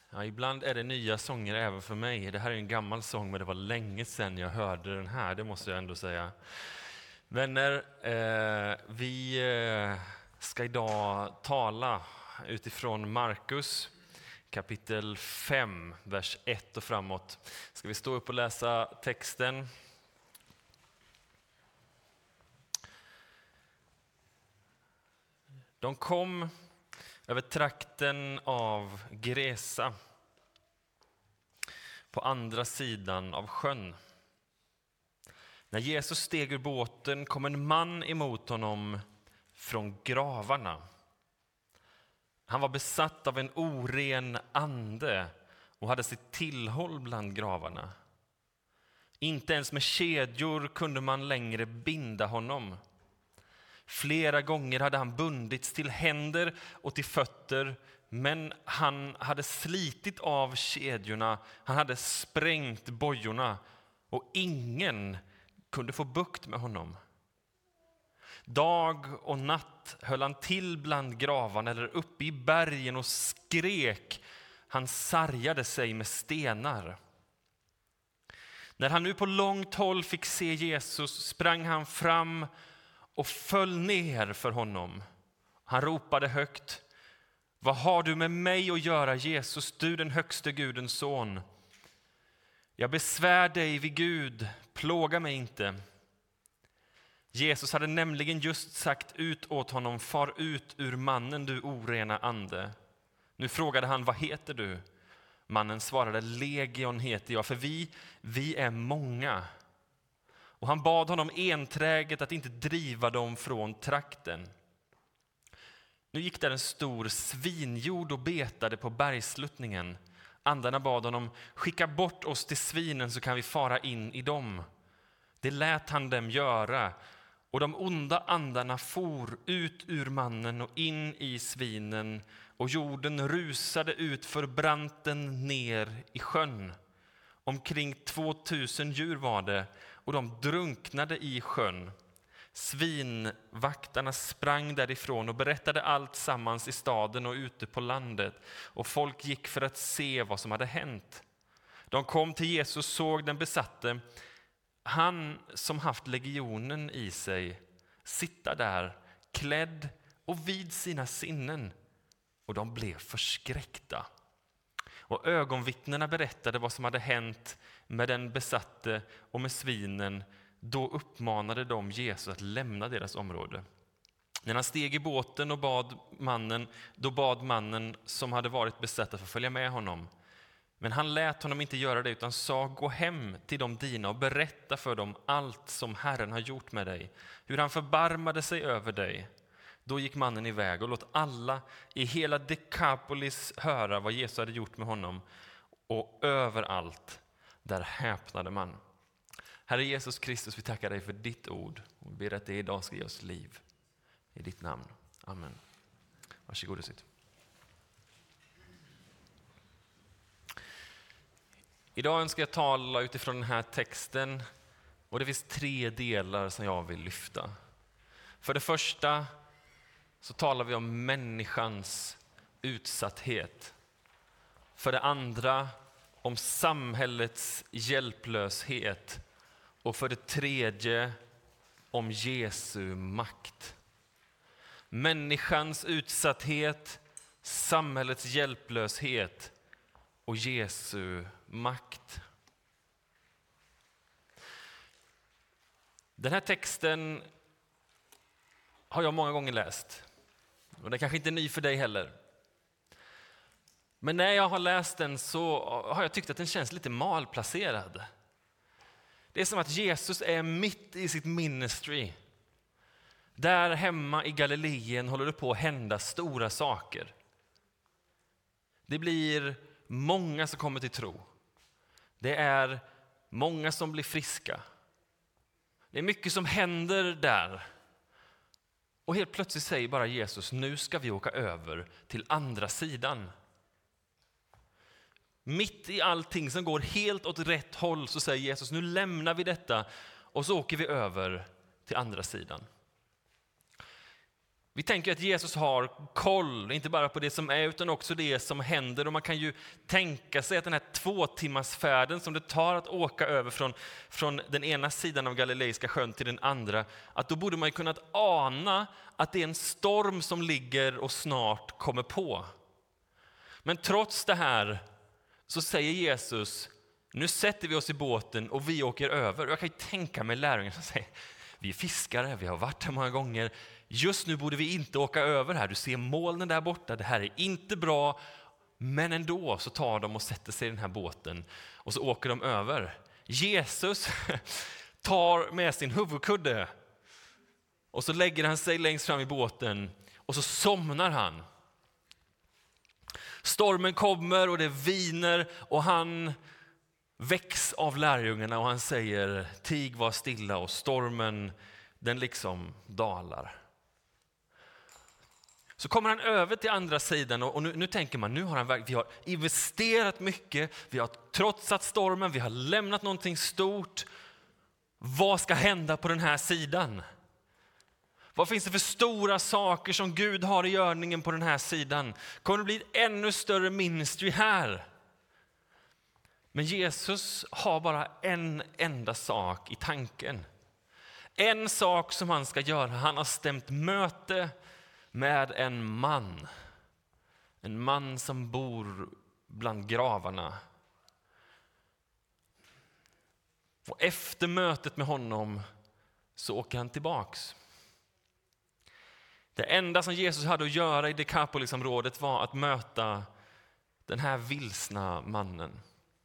Ja, ibland är det nya sånger även för mig. Det här är en gammal sång, men det var länge sedan jag hörde den här, det måste jag ändå säga. Vänner, vi ska idag tala utifrån Markus kapitel 5, vers 1 och framåt. Ska vi stå upp och läsa texten? De kom över trakten av Gerasa på andra sidan av sjön. När Jesus steg ur båten kom en man emot honom från gravarna. Han var besatt av en oren ande och hade sitt tillhåll bland gravarna. Inte ens med kedjor kunde man längre binda honom. Flera gånger hade han bundits till händer och till fötter, men han hade slitit av kedjorna, han hade sprängt bojorna och ingen kunde få bukt med honom. Dag och natt höll han till bland gravarna eller uppe i bergen och skrek. Han sargade sig med stenar. När han nu på långt håll fick se Jesus sprang han fram och föll ner för honom. Han ropade högt: "Vad har du med mig att göra, Jesus, du den högste Gudens son? Jag besvär dig vid Gud, plåga mig inte." Jesus hade nämligen just sagt ut åt honom: "Far ut ur mannen, du orena ande." Nu frågade han: "Vad heter du?" Mannen svarade: "Legion heter jag, för vi är många." Och han bad honom enträget att inte driva dem från trakten. Nu gick där en stor svinjord och betade på bergsluttningen. Andarna bad honom: "Skicka bort oss till svinen så kan vi fara in i dem." Det lät han dem göra, och de onda andarna for ut ur mannen och in i svinen, och jorden rusade ut för branten ner i sjön. Omkring 2000 djur var det, och de drunknade i sjön. Svinvaktarna sprang därifrån och berättade allt sammans i staden och ute på landet, och folk gick för att se vad som hade hänt. De kom till Jesus, såg den besatte, han som haft legionen i sig, sitta där klädd och vid sina sinnen, och de blev förskräckta. Och ögonvittnena berättade vad som hade hänt med den besatte och med svinen. Då uppmanade de Jesus att lämna deras område. När han steg i båten och bad mannen som hade varit besatt att få följa med honom. Men han lät honom inte göra det, utan sa: "Gå hem till de dina och berätta för dem allt som Herren har gjort med dig, hur han förbarmade sig över dig." Då gick mannen iväg och låt alla i hela Dekapolis höra vad Jesus hade gjort med honom, och överallt där häpnade man. Herre Jesus Kristus, vi tackar dig för ditt ord och ber att det idag ska ge oss liv. I ditt namn. Amen. Varsågod och sitt. Idag ska jag tala utifrån den här texten, och det finns 3 delar som jag vill lyfta. För det första så talar vi om människans utsatthet. För det andra om samhällets hjälplöshet. Och för det tredje om Jesu makt. Människans utsatthet, samhällets hjälplöshet och Jesu makt. Den här texten har jag många gånger läst. Och det är kanske inte är ny för dig heller. Men när jag har läst den så har jag tyckt att den känns lite malplacerad. Det är som att Jesus är mitt i sitt ministry. Där hemma i Galileen håller det på att hända stora saker. Det blir många som kommer till tro. Det är många som blir friska. Det är mycket som händer där. Och helt plötsligt säger bara Jesus: "Nu ska vi åka över till andra sidan." Mitt i allting som går helt åt rätt håll så säger Jesus: "Nu lämnar vi detta och så åker vi över till andra sidan." Vi tänker att Jesus har koll, inte bara på det som är utan också det som händer. Och man kan ju tänka sig att den här 2-timmarsfärden som det tar att åka över från den ena sidan av Galileiska sjön till den andra, att då borde man ju kunnat ana att det är en storm som ligger och snart kommer på. Men trots det här så säger Jesus, nu sätter vi oss i båten och vi åker över. Och jag kan ju tänka mig lärjungarna som säger, vi är fiskare, vi har varit här många gånger. Just nu borde vi inte åka över här. Du ser molnen där borta, det här är inte bra. Men ändå så tar de och sätter sig i den här båten och så åker de över. Jesus tar med sin huvudkudde och så lägger han sig längst fram i båten och så somnar han. Stormen kommer och det viner och han väcks av lärjungarna och han säger, tig var stilla, och stormen den liksom dalar. Så kommer han över till andra sidan och nu tänker man, nu har vi har investerat mycket, vi har trotsat stormen, vi har lämnat någonting stort. Vad ska hända på den här sidan? Vad finns det för stora saker som Gud har i görningen på den här sidan? Kommer det bli ett ännu större ministry här? Men Jesus har bara en enda sak i tanken. En sak som han ska göra. Han har stämt möte med en man. En man som bor bland gravarna. Och efter mötet med honom så åker han tillbaks. Det enda som Jesus hade att göra i Dekapolisområdet var att möta den här vilsna mannen.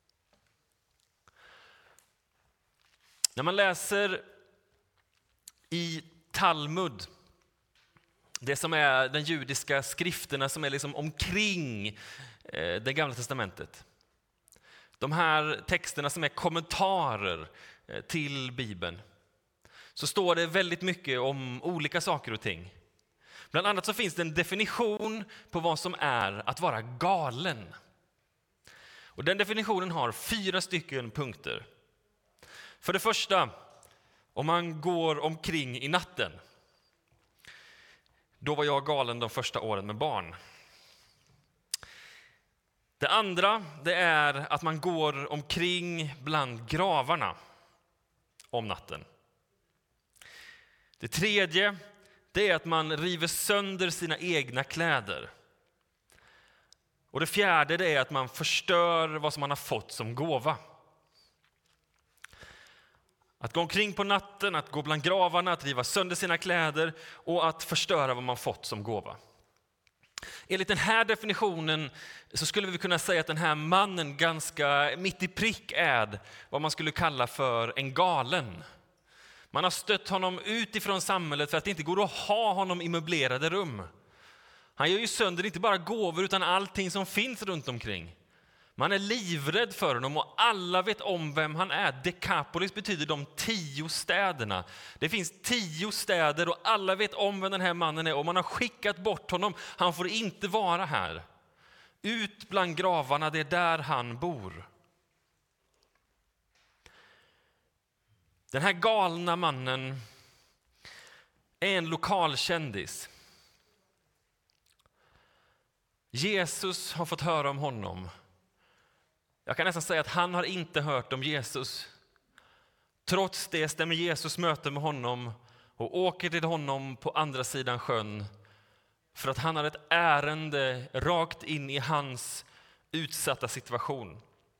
När man läser i Talmud, det som är den judiska skrifterna som är liksom omkring det gamla testamentet. De här texterna som är kommentarer till Bibeln. Så står det väldigt mycket om olika saker och ting. Bland annat så finns det en definition på vad som är att vara galen. Och den definitionen har 4 stycken punkter. För det första, om man går omkring i natten. Då var jag galen de första åren med barn. Det andra, det är att man går omkring bland gravarna om natten. Det tredje, det är att man river sönder sina egna kläder. Och det fjärde, det är att man förstör vad som man har fått som gåva. Att gå omkring på natten, att gå bland gravarna, att riva sönder sina kläder och att förstöra vad man fått som gåva. Enligt den här definitionen så skulle vi kunna säga att den här mannen ganska mitt i prick är vad man skulle kalla för en galen. Man har stött honom utifrån samhället för att det inte går att ha honom i möblerade rum. Han gör ju sönder inte bara gåvor utan allting som finns runt omkring. Man är livrädd för honom och alla vet om vem han är. Dekapolis betyder de 10 städerna. Det finns 10 städer och alla vet om vem den här mannen är. Och man har skickat bort honom. Han får inte vara här. Ut bland gravarna, det är där han bor. Den här galna mannen är en lokalkändis. Jesus har fått höra om honom. Jag kan nästan säga att han har inte hört om Jesus. Trots det stämmer Jesus möte med honom och åker till honom på andra sidan sjön för att han har ett ärende rakt in i hans utsatta situation.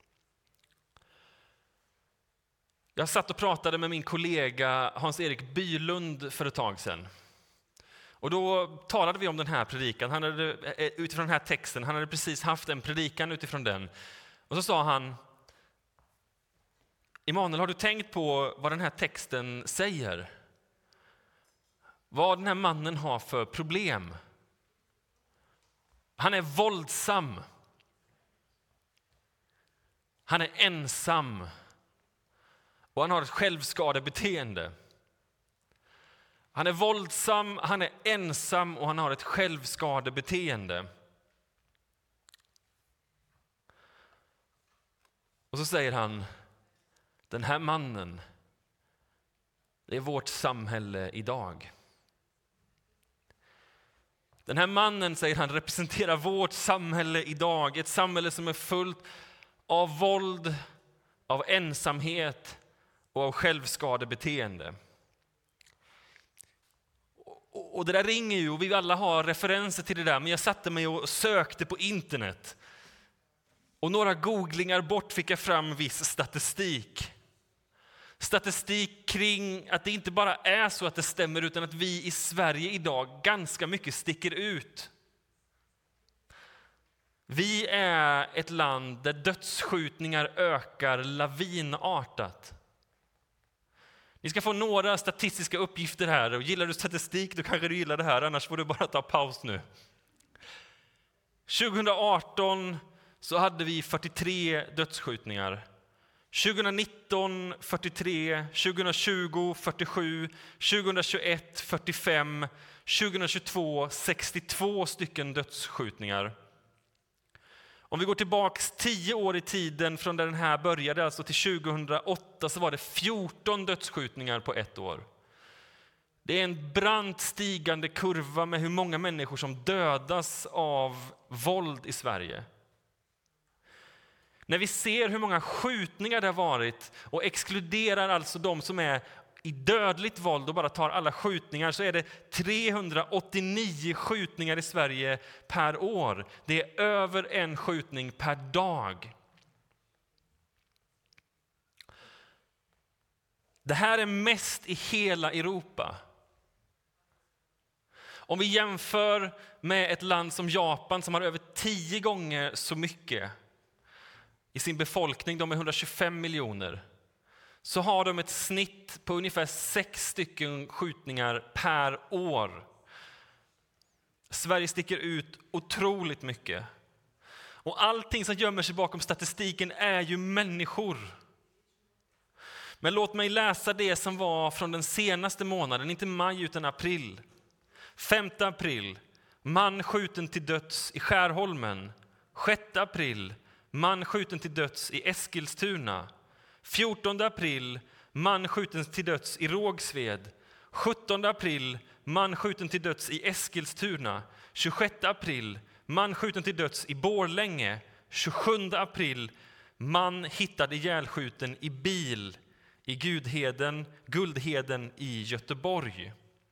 Jag satt och pratade med min kollega Hans-Erik Bylund för ett tag sedan. Och då talade vi om den här predikan. Han hade, utifrån den här texten, han hade precis haft en predikan utifrån den. Och så sa han, Emanuel, har du tänkt på vad den här texten säger? Vad den här mannen har för problem? Han är våldsam. Han är ensam. Och han har ett självskadebeteende. Han är våldsam, han är ensam och han har ett självskadebeteende. Och så säger han, den här mannen, det är vårt samhälle idag. Den här mannen, säger han, representerar vårt samhälle idag. Ett samhälle som är fullt av våld, av ensamhet och av självskadebeteende. Och det där ringer ju, och vi alla har referenser till det där, men jag satte mig och sökte på internet. Och några googlingar bort fick jag fram viss statistik. Statistik kring att det inte bara är så att det stämmer, utan att vi i Sverige idag ganska mycket sticker ut. Vi är ett land där dödsskjutningar ökar lavinartat. Ni ska få några statistiska uppgifter här, och gillar du statistik då kanske du gillar det här, annars får du bara ta paus nu. 2018 så hade vi 43 dödsskjutningar. 2019 43, 2020 47, 2021 45, 2022 62 stycken dödsskjutningar. Om vi går tillbaks 10 år i tiden från där den här började, alltså till 2008, så var det 14 dödsskjutningar på ett år. Det är en brant stigande kurva med hur många människor som dödas av våld i Sverige. När vi ser hur många skjutningar det har varit och exkluderar alltså de som är i dödligt våld och bara tar alla skjutningar, så är det 389 skjutningar i Sverige per år. Det är över en skjutning per dag. Det här är mest i hela Europa. Om vi jämför med ett land som Japan som har över 10 gånger så mycket i sin befolkning, de är 125 miljoner, så har de ett snitt på ungefär 6 stycken skjutningar per år. Sverige sticker ut otroligt mycket. Och allting som gömmer sig bakom statistiken är ju människor. Men låt mig läsa det som var från den senaste månaden, inte maj utan april. 5 april, man skjuten till döds i Skärholmen. 6 april, man skjuten till döds i Eskilstuna. 14 april, man skjuten till döds i Rågsved. 17 april, man skjuten till döds i Eskilstuna. 26 april, man skjuten till döds i Borlänge. 27 april, man hittad ihjälskjuten i bil i Guldheden i Göteborg.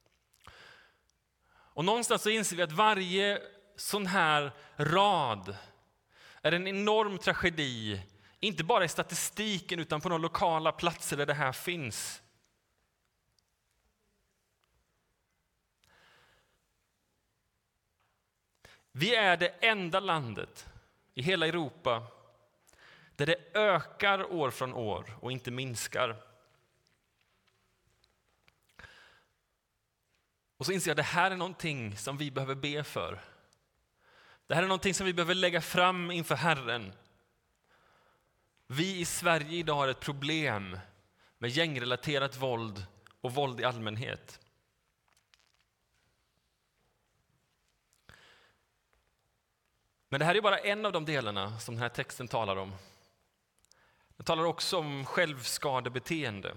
Och någonstans så inser vi att varje sån här rad är en enorm tragedi, inte bara i statistiken utan på de lokala platser där det här finns. Vi är det enda landet i hela Europa där det ökar år från år och inte minskar. Och så inser jag att det här är någonting som vi behöver be för. Det här är någonting som vi behöver lägga fram inför Herren. Vi i Sverige idag har ett problem med gängrelaterat våld och våld i allmänhet. Men det här är bara en av de delarna som den här texten talar om. Den talar också om självskadebeteende.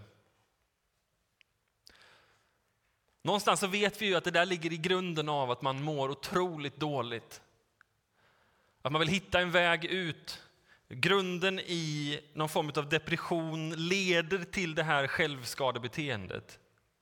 Någonstans så vet vi ju att det där ligger i grunden av att man mår otroligt dåligt. Att man vill hitta en väg ut. Grunden i någon form av depression leder till det här självskadebeteendet.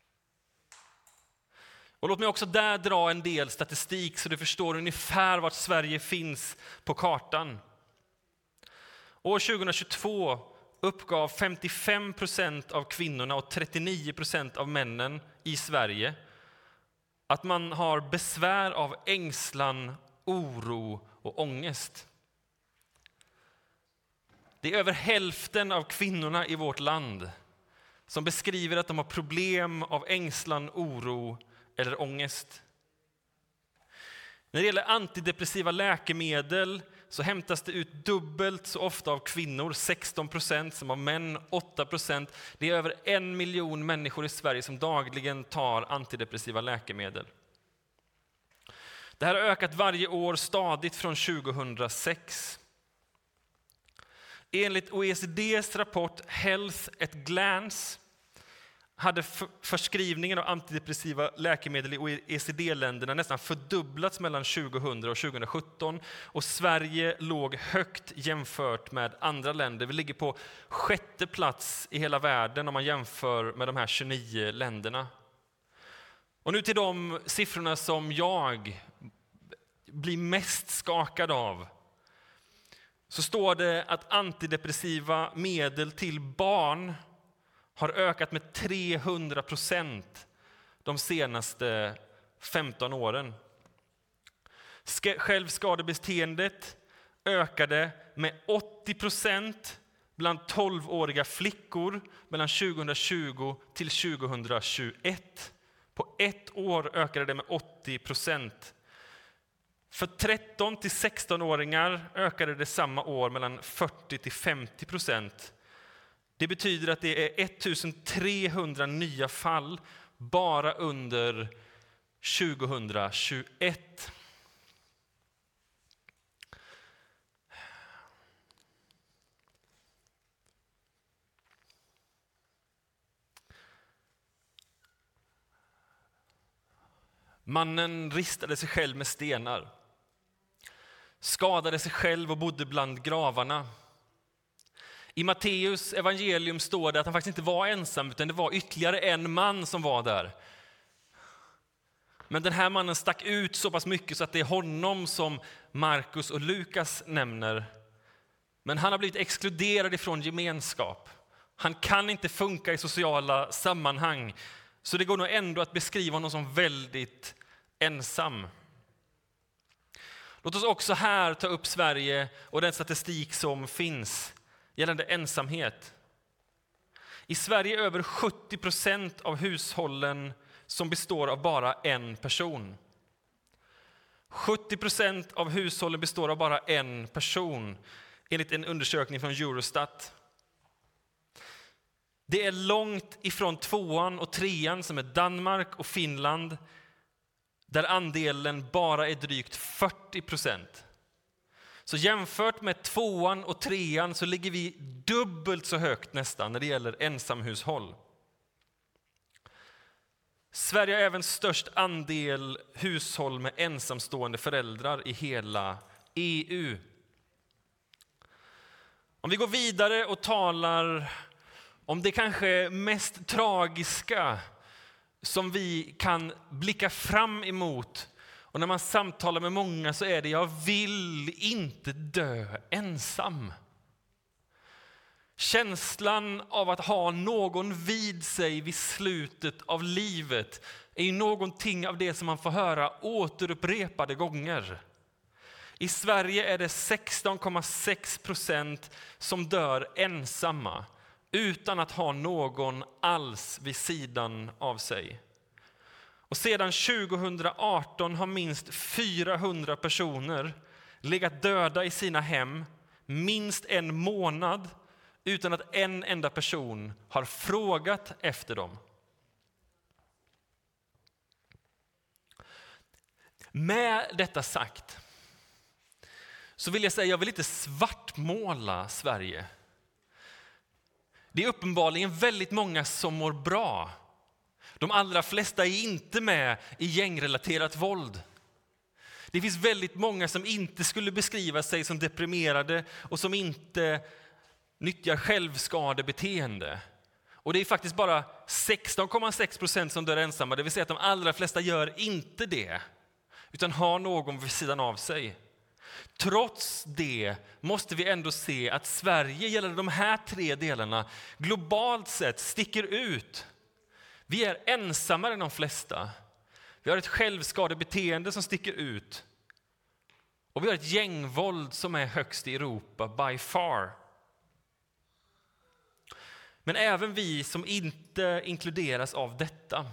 Och låt mig också där dra en del statistik så du förstår ungefär vart Sverige finns på kartan. År 2022 uppgav 55% av kvinnorna och 39% av männen i Sverige att man har besvär av ängslan, oro och ångest. Det är över hälften av kvinnorna i vårt land som beskriver att de har problem av ängslan, oro eller ångest. När det gäller antidepressiva läkemedel så hämtas det ut dubbelt så ofta av kvinnor, 16%, som av män, 8%. Det är över 1 miljon människor i Sverige som dagligen tar antidepressiva läkemedel. Det här har ökat varje år stadigt från 2006. Enligt OECDs rapport Health at Glance hade förskrivningen av antidepressiva läkemedel i OECD-länderna nästan fördubblats mellan 2000 och 2017. Och Sverige låg högt jämfört med andra länder. Vi ligger på 6:e plats i hela världen om man jämför med de här 29 länderna. Och nu till de siffrorna som jag blir mest skakad av. Så står det att antidepressiva medel till barn har ökat med 300% de senaste 15 åren. Självskadebeteendet ökade med 80% bland 12-åriga flickor mellan 2020 till 2021. På ett år ökade det med 80%. För 13 till 16-åringar ökade det samma år mellan 40 till 50%. Det betyder att det är 1300 nya fall bara under 2021. Mannen ristade sig själv med stenar, skadade sig själv och bodde bland gravarna. I Matteus evangelium står det att han faktiskt inte var ensam, utan det var ytterligare en man som var där. Men den här mannen stack ut så pass mycket så att det är honom som Markus och Lukas nämner. Men han har blivit exkluderad ifrån gemenskap. Han kan inte funka i sociala sammanhang. Så det går nog ändå att beskriva honom som väldigt ensam. Låt oss också här ta upp Sverige och den statistik som finns gällande ensamhet. I Sverige är över 70% av hushållen som består av bara en person. 70% av hushållen består av bara en person, enligt en undersökning från Eurostat. Det är långt ifrån 2:an och 3:an som är Danmark och Finland, där andelen bara är drygt 40%. Så jämfört med 2:an och 3:an så ligger vi dubbelt så högt nästan när det gäller ensamhushåll. Sverige har även störst andel hushåll med ensamstående föräldrar i hela EU. Om vi går vidare och talar om det kanske mest tragiska som vi kan blicka fram emot, och när man samtalar med många så är det: jag vill inte dö ensam. Känslan av att ha någon vid sig vid slutet av livet är ju någonting av det som man får höra återupprepade gånger. I Sverige är det 16,6% som dör ensamma utan att ha någon alls vid sidan av sig. Och sedan 2018 har minst 400 personer legat döda i sina hem minst en månad utan att en enda person har frågat efter dem. Med detta sagt så vill jag säga: jag vill inte svartmåla Sverige. Det är uppenbarligen väldigt många som mår bra. De allra flesta är inte med i gängrelaterat våld. Det finns väldigt många som inte skulle beskriva sig som deprimerade och som inte nyttjar självskadebeteende. Och det är faktiskt bara 16,6% som dör ensamma. Det vill säga att de allra flesta gör inte det, utan har någon vid sidan av sig. Trots det måste vi ändå se att Sverige gällande de här 3 delarna globalt sett sticker ut. Vi är ensammare än de flesta. Vi har ett självskadebeteende som sticker ut. Och vi har ett gängvåld som är högst i Europa by far. Men även vi som inte inkluderas av detta.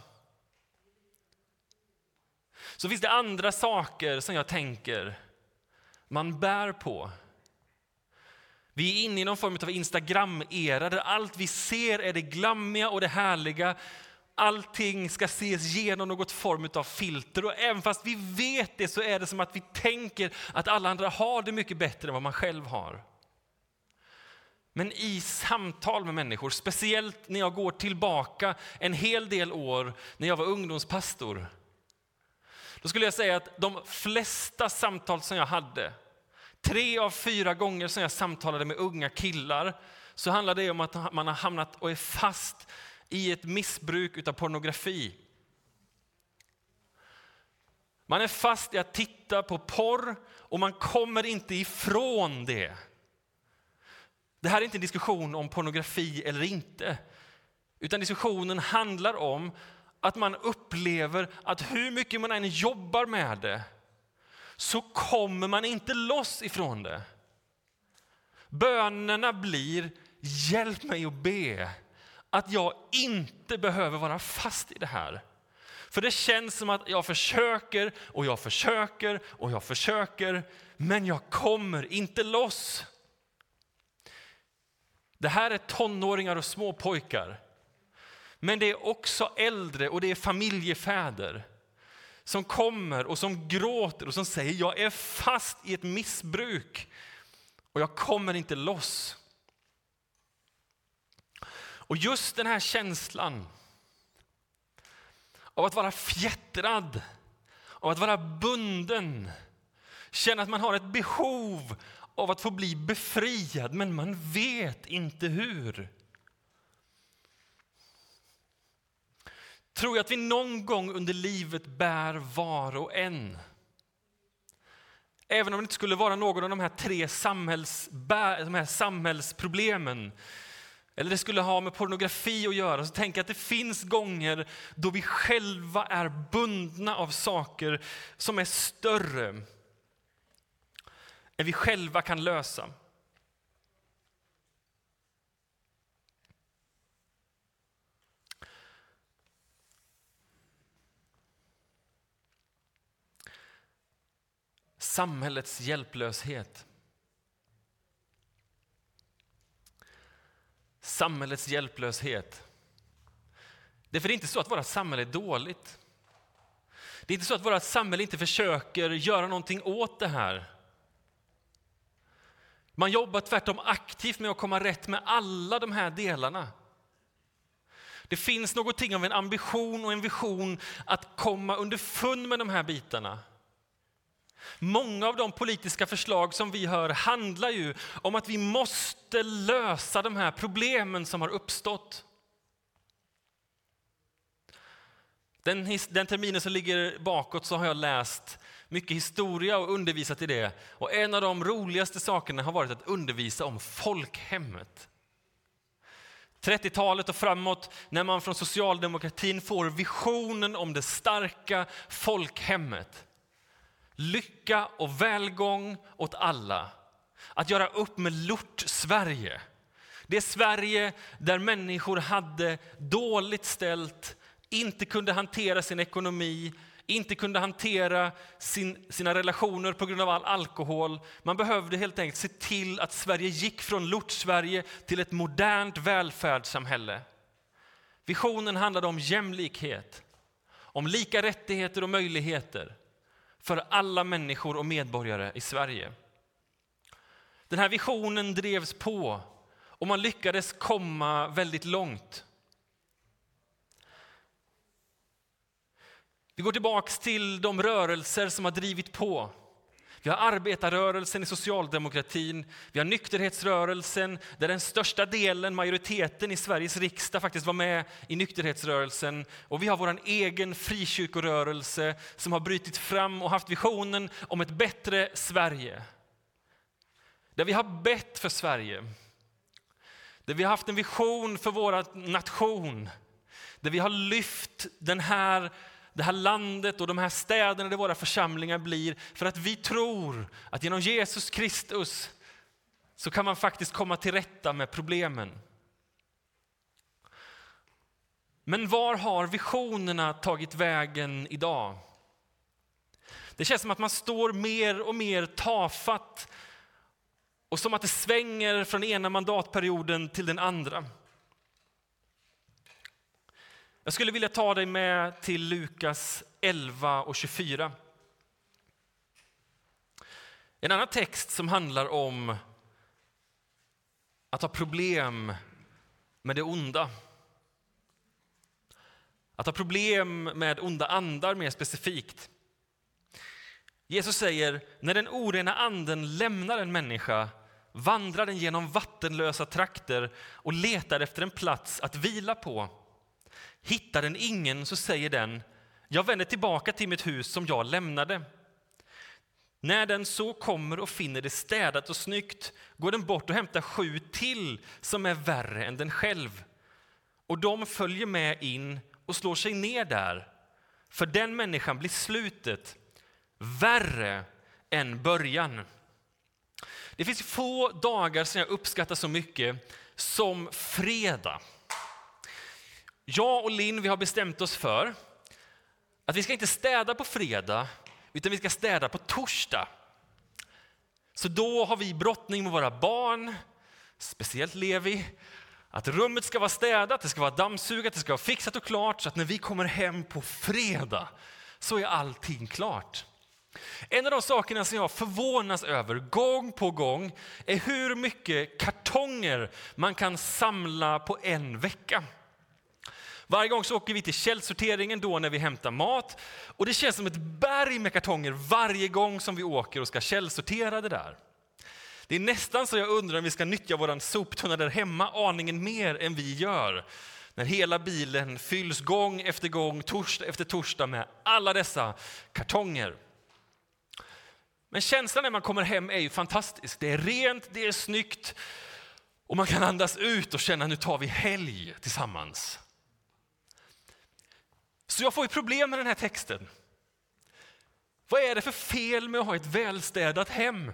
Så finns det andra saker som jag tänker man bär på. Vi är inne i någon form av Instagram-era där allt vi ser är det glammiga och det härliga. Allting ska ses genom något form av filter, och även fast vi vet det så är det som att vi tänker att alla andra har det mycket bättre än vad man själv har. Men i samtal med människor, speciellt när jag går tillbaka en hel del år när jag var ungdomspastor, då skulle jag säga att de flesta samtal som jag hade, 3 av 4 gånger som jag samtalade med unga killar, så handlade det om att man har hamnat och är fast i ett missbruk av pornografi. Man är fast i att titta på porr och man kommer inte ifrån det. Det här är inte en diskussion om pornografi eller inte, utan diskussionen handlar om att man upplever att hur mycket man än jobbar med det så kommer man inte loss ifrån det. Bönerna blir: hjälp mig att be att jag inte behöver vara fast i det här. För det känns som att jag försöker och jag försöker och jag försöker, men jag kommer inte loss. Det här är tonåringar och små pojkar. Men det är också äldre och det är familjefäder som kommer och som gråter och som säger: jag är fast i ett missbruk och jag kommer inte loss. Och just den här känslan av att vara fjättrad, av att vara bunden, känna att man har ett behov av att få bli befriad, men man vet inte hur. Tror jag att vi någon gång under livet bär var och en. Även om det inte skulle vara någon av de här 3 samhällsproblemen, eller det skulle ha med pornografi att göra, så tänker jag att det finns gånger då vi själva är bundna av saker som är större än vi själva kan lösa. Samhällets hjälplöshet. Samhällets hjälplöshet. Det är inte så att våra samhälle är dåligt. Det är inte så att vårt samhälle inte försöker göra någonting åt det här. Man jobbar tvärtom aktivt med att komma rätt med alla de här delarna. Det finns någonting av en ambition och en vision att komma underfund med de här bitarna. Många av de politiska förslag som vi hör handlar ju om att vi måste lösa de här problemen som har uppstått. Den terminen som ligger bakåt så har jag läst mycket historia och undervisat i det. Och en av de roligaste sakerna har varit att undervisa om folkhemmet. 30-talet och framåt, när man från socialdemokratin får visionen om det starka folkhemmet. Lycka och välgång åt alla. Att göra upp med Lort-Sverige. Det Sverige där människor hade dåligt ställt, inte kunde hantera sin ekonomi, inte kunde hantera sina relationer på grund av all alkohol. Man behövde helt enkelt se till att Sverige gick från Lort-Sverige till ett modernt välfärdssamhälle. Visionen handlade om jämlikhet, om lika rättigheter och möjligheter för alla människor och medborgare i Sverige. Den här visionen drevs på och man lyckades komma väldigt långt. Vi går tillbaka till de rörelser som har drivit på. Vi har arbetarrörelsen i socialdemokratin, vi har nykterhetsrörelsen där den största delen, majoriteten i Sveriges riksdag faktiskt var med i nykterhetsrörelsen. Och vi har vår egen frikyrkorörelse som har brytit fram och haft visionen om ett bättre Sverige. Där vi har bett för Sverige. Där vi har haft en vision för vår nation. Där vi har lyft det här landet och de här städerna där våra församlingar blir, för att vi tror att genom Jesus Kristus så kan man faktiskt komma till rätta med problemen. Men var har visionerna tagit vägen idag? Det känns som att man står mer och mer tafatt och som att det svänger från ena mandatperioden till den andra. Jag skulle vilja ta dig med till Lukas 11 och 24. En annan text som handlar om att ha problem med det onda. Att ha problem med onda andar mer specifikt. Jesus säger, när den orena anden lämnar en människa vandrar den genom vattenlösa trakter och letar efter en plats att vila på. Hittar den ingen så säger den, jag vänder tillbaka till mitt hus som jag lämnade. När den så kommer och finner det städat och snyggt går den bort och hämtar 7 till som är värre än den själv. Och de följer med in och slår sig ner där. För den människan blir slutet värre än början. Det finns få dagar som jag uppskattar så mycket som fredag. Jag och Linn, vi har bestämt oss för att vi ska inte städa på fredag, utan vi ska städa på torsdag. Så då har vi brottning med våra barn, speciellt Levi, att rummet ska vara städat, det ska vara dammsugat, det ska vara fixat och klart, så att när vi kommer hem på fredag så är allting klart. En av de sakerna som jag förvånas över gång på gång är hur mycket kartonger man kan samla på en vecka. Varje gång så åker vi till källsorteringen då när vi hämtar mat, och det känns som ett berg med kartonger varje gång som vi åker och ska källsortera det där. Det är nästan så jag undrar om vi ska nyttja våran soptunna där hemma aningen mer än vi gör. När hela bilen fylls gång efter gång, torsdag efter torsdag med alla dessa kartonger. Men känslan när man kommer hem är ju fantastisk. Det är rent, det är snyggt och man kan andas ut och känna nu tar vi helg tillsammans. Så jag får ju problem med den här texten. Vad är det för fel med att ha ett välstädat hem?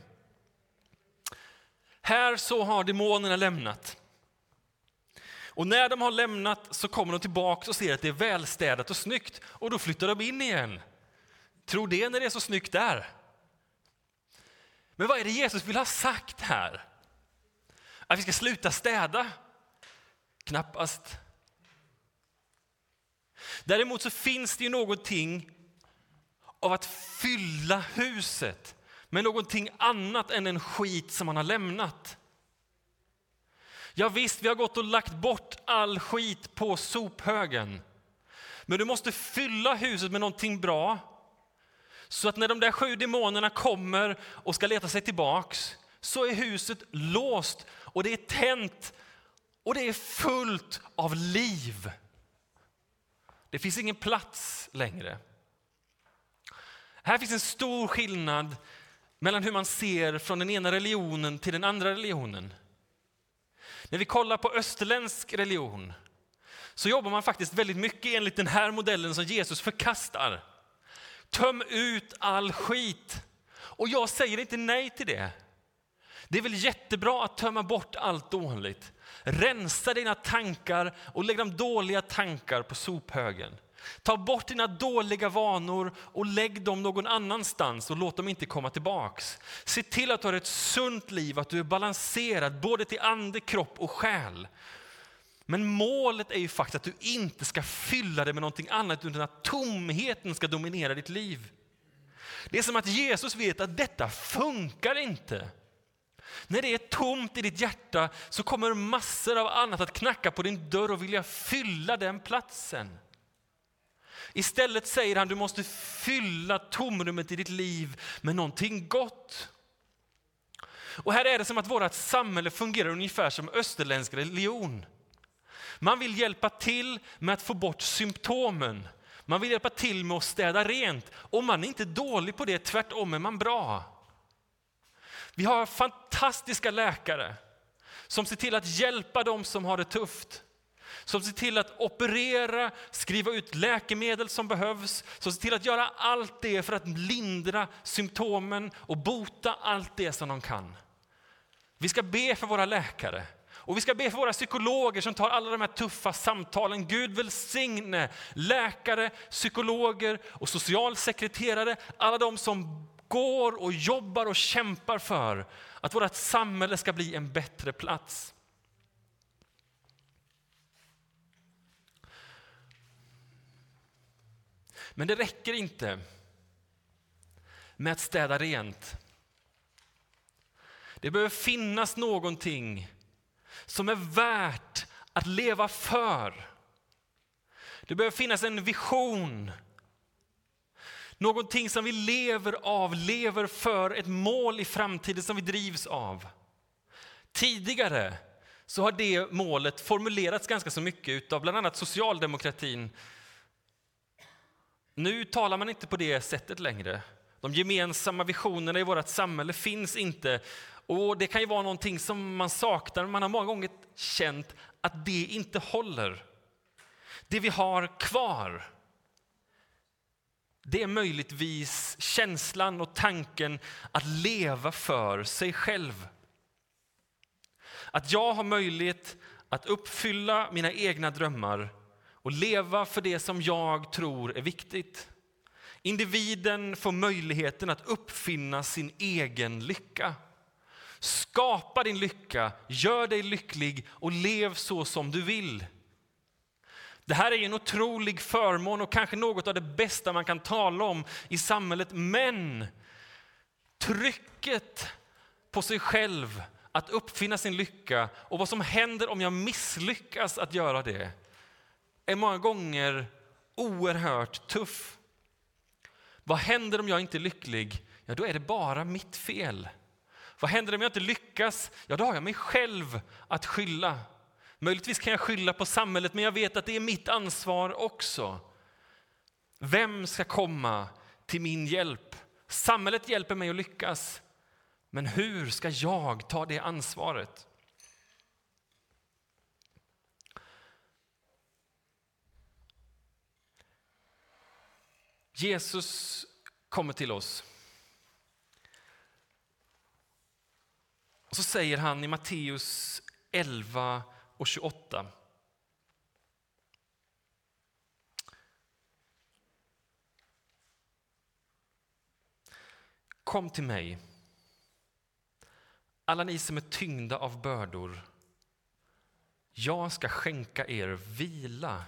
Här så har demonerna lämnat. Och när de har lämnat så kommer de tillbaka och ser att det är välstädat och snyggt. Och då flyttar de in igen. Tror det när det är så snyggt där? Men vad är det Jesus vill ha sagt här? Att vi ska sluta städa? Knappast. Däremot så finns det ju någonting av att fylla huset med någonting annat än en skit som man har lämnat. Ja visst, vi har gått och lagt bort all skit på sophögen. Men du måste fylla huset med någonting bra. Så att när de där 7 demonerna kommer och ska leta sig tillbaks så är huset låst och det är tänt och det är fullt av liv. Det finns ingen plats längre. Här finns en stor skillnad mellan hur man ser från den ena religionen till den andra religionen. När vi kollar på österländsk religion så jobbar man faktiskt väldigt mycket enligt den här modellen som Jesus förkastar. Töm ut all skit. Och jag säger inte nej till det. Det är väl jättebra att tömma bort allt dåligt. Rensa dina tankar och lägg de dåliga tankar på sophögen. Ta bort dina dåliga vanor och lägg dem någon annanstans och låt dem inte komma tillbaks. Se till att du har ett sunt liv, att du är balanserad både till ande, kropp och själ. Men målet är ju faktiskt att du inte ska fylla det med någonting annat utan att tomheten ska dominera ditt liv. Det är som att Jesus vet att detta funkar inte. När det är tomt i ditt hjärta så kommer massor av annat att knacka på din dörr och vilja fylla den platsen. Istället säger han, du måste fylla tomrummet i ditt liv med någonting gott. Och här är det som att vårt samhälle fungerar ungefär som österländsk religion. Man vill hjälpa till med att få bort symptomen. Man vill hjälpa till med att städa rent. Och man är inte dålig på det, tvärtom är man bra. Vi har fantastiska läkare som ser till att hjälpa dem som har det tufft. Som ser till att operera, skriva ut läkemedel som behövs. Som ser till att göra allt det för att lindra symptomen och bota allt det som de kan. Vi ska be för våra läkare. Och vi ska be för våra psykologer som tar alla de här tuffa samtalen. Gud välsigne läkare, psykologer och socialsekreterare. Alla de som går och jobbar och kämpar för att vårt samhälle ska bli en bättre plats. Men det räcker inte med att städa rent. Det behöver finnas någonting som är värt att leva för. Det behöver finnas en vision. Någonting som vi lever för, ett mål i framtiden som vi drivs av. Tidigare så har det målet formulerats ganska så mycket av bland annat socialdemokratin. Nu talar man inte på det sättet längre. De gemensamma visionerna i vårt samhälle finns inte. Och det kan ju vara någonting som man saknar. Man har många gånger känt att det inte håller. Det vi har kvar, det är möjligtvis känslan och tanken att leva för sig själv. Att jag har möjlighet att uppfylla mina egna drömmar och leva för det som jag tror är viktigt. Individen får möjligheten att uppfinna sin egen lycka. Skapa din lycka, gör dig lycklig och lev så som du vill. Det här är en otrolig förmån och kanske något av det bästa man kan tala om i samhället. Men trycket på sig själv att uppfinna sin lycka och vad som händer om jag misslyckas att göra det är många gånger oerhört tuff. Vad händer om jag inte är lycklig? Ja, då är det bara mitt fel. Vad händer om jag inte lyckas? Ja, då har jag mig själv att skylla. Möjligtvis kan jag skylla på samhället, men jag vet att det är mitt ansvar också. Vem ska komma till min hjälp? Samhället hjälper mig att lyckas. Men hur ska jag ta det ansvaret? Jesus kommer till oss. Och så säger han i Matteus 11 och 28. Kom till mig, alla ni som är tyngda av bördor. Jag ska skänka er vila.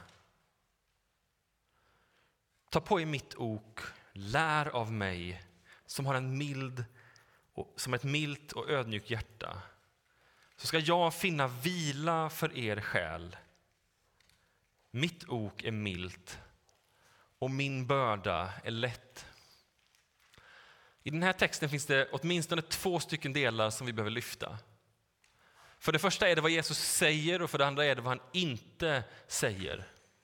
Ta på er mitt ok, lär av mig som har ett milt och ödmjukt hjärta. Så ska jag finna vila för er själ. Mitt ok är milt och min börda är lätt. I den här texten finns det åtminstone 2 delar som vi behöver lyfta. För det första är det vad Jesus säger och för det andra är det vad han inte säger.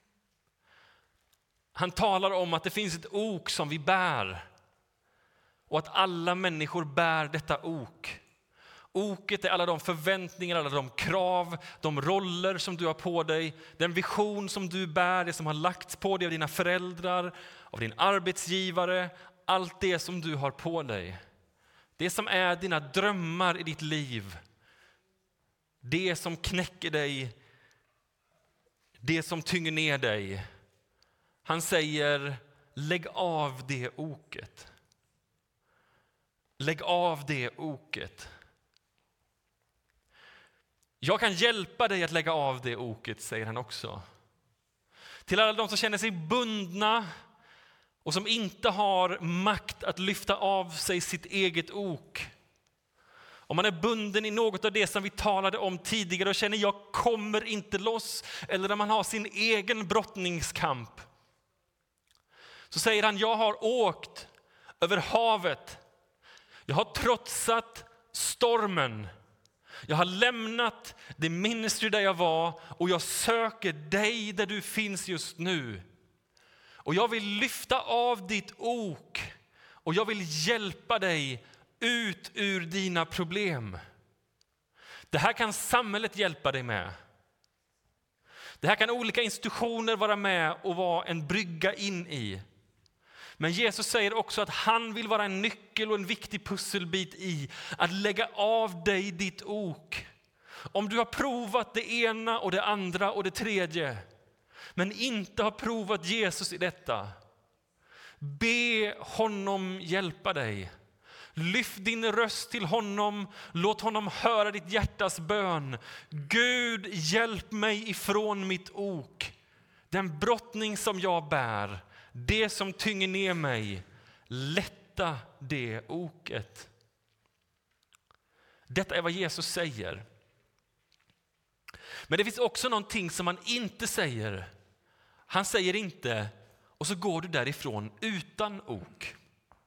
Han talar om att det finns ett ok som vi bär och att alla människor bär detta ok. Oket är alla de förväntningar, alla de krav, de roller som du har på dig, den vision som du bär, det som har lagts på dig av dina föräldrar, av din arbetsgivare, allt det som du har på dig. Det som är dina drömmar i ditt liv, det som knäcker dig, det som tynger ner dig. Han säger, lägg av det oket. Lägg av det oket. Jag kan hjälpa dig att lägga av det oket, säger han också. Till alla de som känner sig bundna och som inte har makt att lyfta av sig sitt eget ok. Om man är bunden i något av det som vi talade om tidigare och känner jag kommer inte loss, eller när man har sin egen brottningskamp, så säger han, jag har åkt över havet. Jag har trotsat stormen. Jag har lämnat det ministry där jag var och jag söker dig där du finns just nu. Och jag vill lyfta av ditt ok och jag vill hjälpa dig ut ur dina problem. Det här kan samhället hjälpa dig med. Det här kan olika institutioner vara med och vara en brygga in i. Men Jesus säger också att han vill vara en nyckel och en viktig pusselbit i att lägga av dig ditt ok. Om du har provat det ena och det andra och det tredje, men inte har provat Jesus i detta, be honom hjälpa dig. Lyft din röst till honom, låt honom höra ditt hjärtas bön. Gud, hjälp mig ifrån mitt ok. Den brottning som jag bär, det som tynger ner mig, lätta det oket. Detta är vad Jesus säger. Men det finns också någonting som han inte säger. Han säger inte, och så går du därifrån utan ok.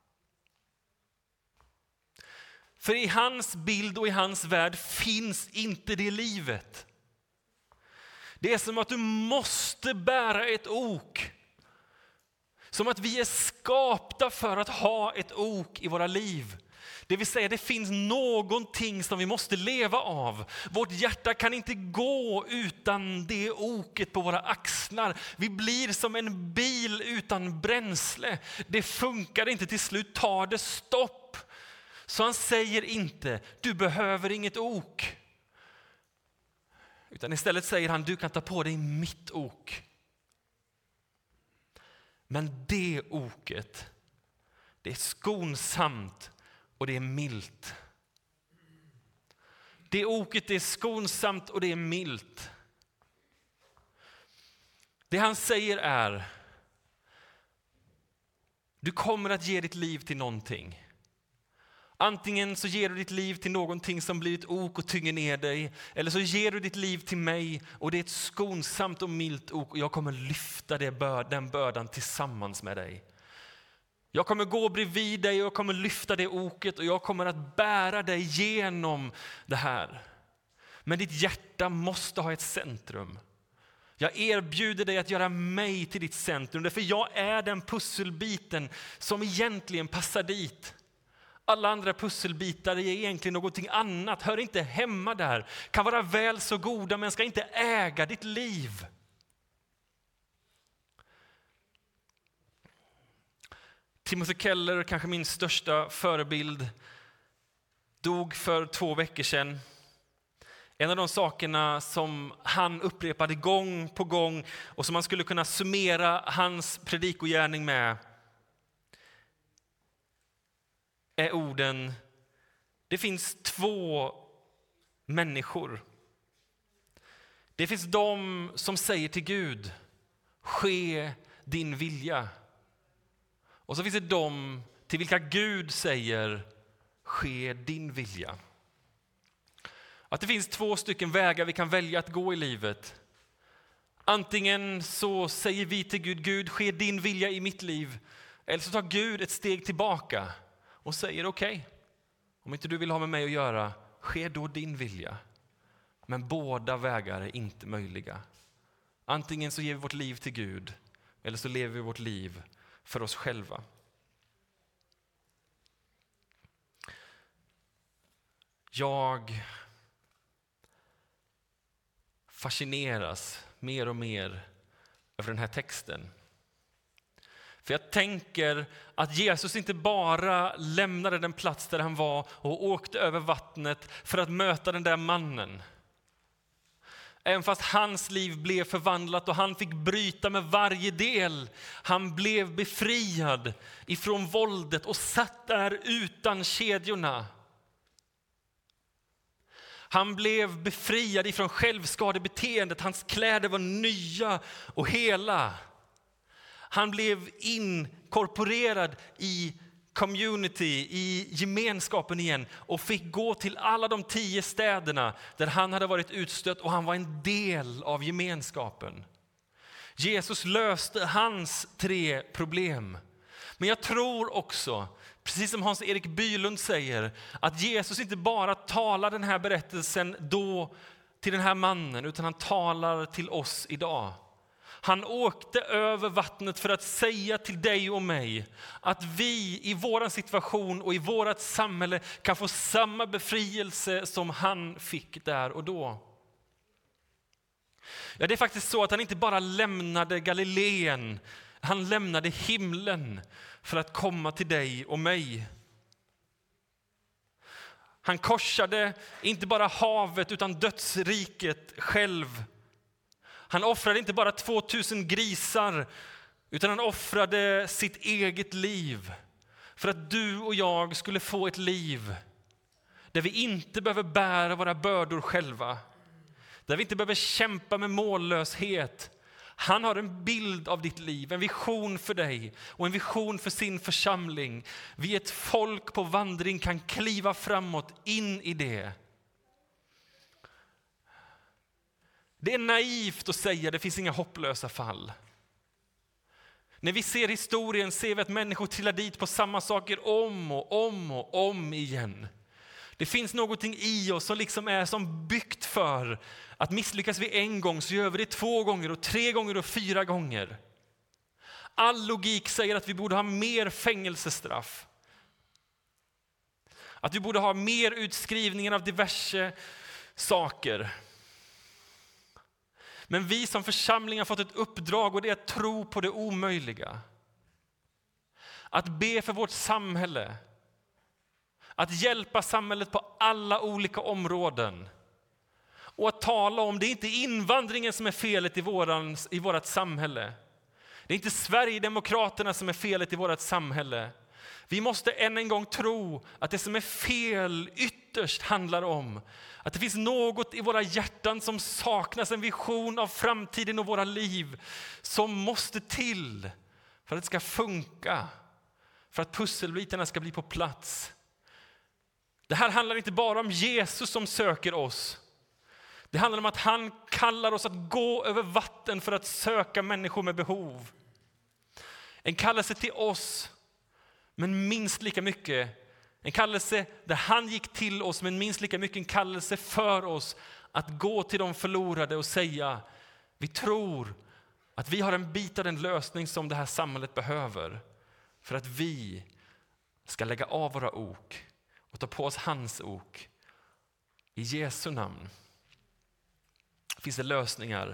För i hans bild och i hans värld finns inte det livet. Det är som att du måste bära ett ok. Som att vi är skapta för att ha ett ok i våra liv. Det vill säga, det finns någonting som vi måste leva av. Vårt hjärta kan inte gå utan det oket på våra axlar. Vi blir som en bil utan bränsle. Det funkar inte, till slut tar det stopp. Så han säger inte, du behöver inget ok. Utan istället säger han, du kan ta på dig mitt ok. Men det oket, det är skonsamt och det är milt. Det oket, det är skonsamt och det är milt. Det han säger är, du kommer att ge ditt liv till någonting. Antingen så ger du ditt liv till någonting som blir ett ok och tynger ner dig. Eller så ger du ditt liv till mig och det är ett skonsamt och milt ok. Och jag kommer lyfta den bördan tillsammans med dig. Jag kommer gå bredvid dig och jag kommer lyfta det oket. Och jag kommer att bära dig genom det här. Men ditt hjärta måste ha ett centrum. Jag erbjuder dig att göra mig till ditt centrum. Därför jag är den pusselbiten som egentligen passar dit. Alla andra pusselbitar är egentligen någonting annat, hör inte hemma där. Kan vara väl så goda men ska inte äga ditt liv. Timothy Keller, kanske min största förebild, dog för 2 veckor sedan. En av de sakerna som han upprepade gång på gång och som man skulle kunna summera hans predikogärning med är orden, det finns 2 människor. Det finns de som säger till Gud, ske din vilja. Och så finns det de till vilka Gud säger, ske din vilja. Att det finns 2 stycken vägar vi kan välja att gå i livet. Antingen så säger vi till Gud, Gud, ske din vilja i mitt liv. Eller så tar Gud ett steg tillbaka och säger okej, om inte du vill ha med mig att göra, ske då din vilja. Men båda vägar är inte möjliga. Antingen så ger vi vårt liv till Gud eller så lever vi vårt liv för oss själva. Jag fascineras mer och mer över den här texten. För jag tänker att Jesus inte bara lämnade den plats där han var och åkte över vattnet för att möta den där mannen. Även fast hans liv blev förvandlat och han fick bryta med varje del. Han blev befriad ifrån våldet och satt där utan kedjorna. Han blev befriad ifrån självskadebeteendet. Hans kläder var nya och hela. Han blev inkorporerad i community, i gemenskapen igen och fick gå till alla de 10 städerna där han hade varit utstött och han var en del av gemenskapen. Jesus löste hans 3 problem. Men jag tror också, precis som Hans-Erik Bylund säger, att Jesus inte bara talar den här berättelsen då till den här mannen, utan han talar till oss idag. Han åkte över vattnet för att säga till dig och mig att vi i vår situation och i vårt samhälle kan få samma befrielse som han fick där och då. Ja, det är faktiskt så att han inte bara lämnade Galileen, han lämnade himlen för att komma till dig och mig. Han korsade inte bara havet utan dödsriket själv. Han offrade inte bara 2000 grisar utan han offrade sitt eget liv för att du och jag skulle få ett liv där vi inte behöver bära våra bördor själva. Där vi inte behöver kämpa med mållöshet. Han har en bild av ditt liv, en vision för dig och en vision för sin församling. Vi ett folk på vandring kan kliva framåt in i det. Det är naivt att säga att det finns inga hopplösa fall. När vi ser historien ser vi att människor trillar dit på samma saker om igen. Det finns någonting i oss som liksom är som byggt för att misslyckas vi en gång så gör vi det 2 gånger och 3 gånger och 4 gånger. All logik säger att vi borde ha mer fängelsestraff. Att vi borde ha mer utskrivningar av diverse saker. Men vi som församling har fått ett uppdrag och det är att tro på det omöjliga. Att be för vårt samhälle. Att hjälpa samhället på alla olika områden. Och att tala om det är inte invandringen som är felet i vårt samhälle. Det är inte Sverigedemokraterna som är felet i vårt samhälle. Vi måste än en gång tro att det som är fel ytterst handlar om att det finns något i våra hjärtan som saknas, en vision av framtiden och våra liv som måste till för att det ska funka, för att pusselbitarna ska bli på plats. Det här handlar inte bara om Jesus som söker oss. Det handlar om att han kallar oss att gå över vatten för att söka människor med behov. En kallelse till oss, men minst lika mycket en kallelse där han gick till oss, men minst lika mycket en kallelse för oss att gå till de förlorade och säga: vi tror att vi har en bit av den lösning som det här samhället behöver för att vi ska lägga av våra ok och ta på oss hans ok. I Jesu namn finns det lösningar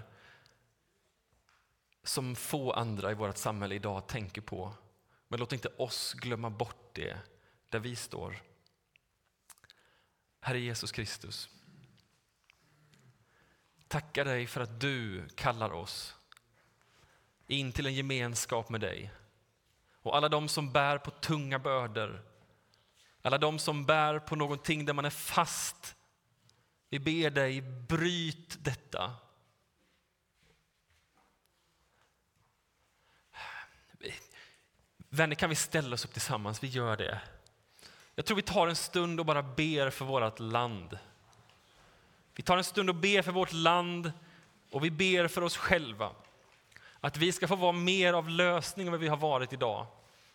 som få andra i vårt samhälle idag tänker på. Men låt inte oss glömma bort det där vi står. Herre Jesus Kristus, tackar dig för att du kallar oss in till en gemenskap med dig. Och alla de som bär på tunga bördor, alla de som bär på någonting där man är fast, vi ber dig, bryt detta. Vänner, kan vi ställa oss upp tillsammans? Vi gör det. Jag tror vi tar en stund och bara ber för vårt land. Vi tar en stund och ber för vårt land och vi ber för oss själva. Att vi ska få vara mer av lösning än vad vi har varit idag.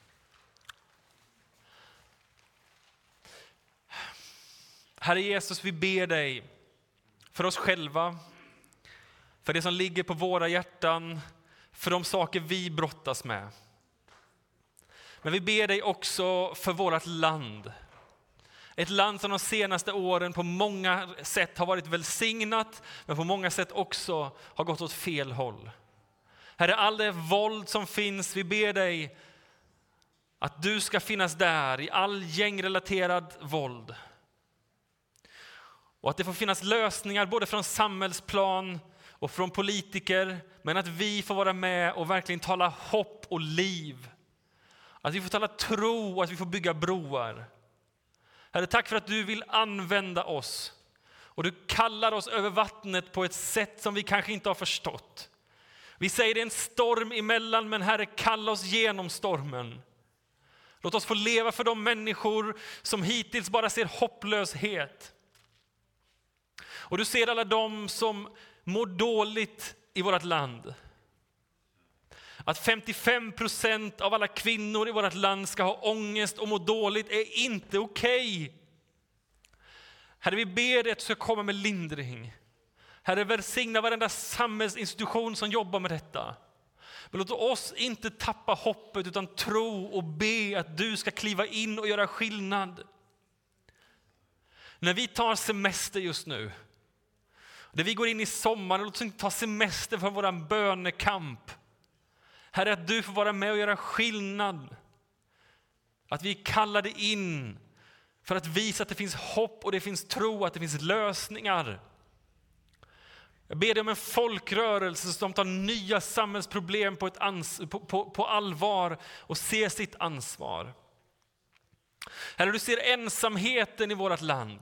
Herre Jesus, vi ber dig för oss själva, för det som ligger på våra hjärtan, för de saker vi brottas med. Men vi ber dig också för vårt land. Ett land som de senaste åren på många sätt har varit välsignat, men på många sätt också har gått åt fel håll. Herre, all det våld som finns, vi ber dig att du ska finnas där i all gängrelaterad våld. Och att det får finnas lösningar både från samhällsplan och från politiker, men att vi får vara med och verkligen tala hopp och liv. Att vi får tala tro och att vi får bygga broar. Herre, tack för att du vill använda oss. Och du kallar oss över vattnet på ett sätt som vi kanske inte har förstått. Vi säger det är en storm emellan, men Herre, kalla oss genom stormen. Låt oss få leva för de människor som hittills bara ser hopplöshet. Och du ser alla de som mår dåligt i vårt land. Att 55% av alla kvinnor i vårt land ska ha ångest och må dåligt är inte okej. Herre, vi ber dig att du ska komma med lindring. Herre, välsigna varenda samhällsinstitution som jobbar med detta. Men låt oss inte tappa hoppet utan tro och be att du ska kliva in och göra skillnad. När vi tar semester just nu, när vi går in i sommaren, låt oss inte ta semester för våran bönekamp. Herre, att du får vara med och göra skillnad. Att vi kallar dig in för att visa att det finns hopp och det finns tro, att det finns lösningar. Jag ber dig om en folkrörelse som tar nya samhällsproblem på allvar och ser sitt ansvar. Herre, du ser ensamheten i vårt land.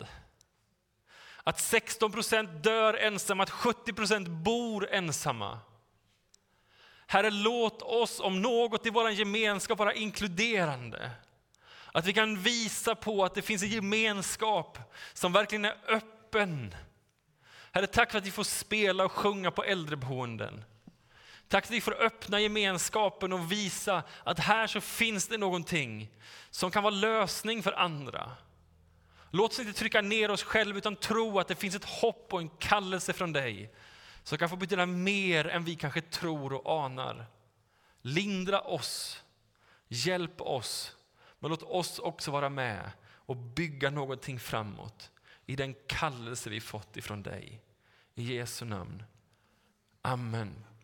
Att 16% dör ensamma, att 70% bor ensamma. Herre, låt oss om något i vår gemenskap vara inkluderande. Att vi kan visa på att det finns en gemenskap som verkligen är öppen. Herre, tack för att vi får spela och sjunga på äldreboenden. Tack att vi får öppna gemenskapen och visa att här så finns det någonting som kan vara lösning för andra. Låt oss inte trycka ner oss själva utan tro att det finns ett hopp och en kallelse från dig som kan få betyda mer än vi kanske tror och anar. Lindra oss, hjälp oss, men låt oss också vara med och bygga någonting framåt i den kallelse vi fått ifrån dig. I Jesu namn. Amen.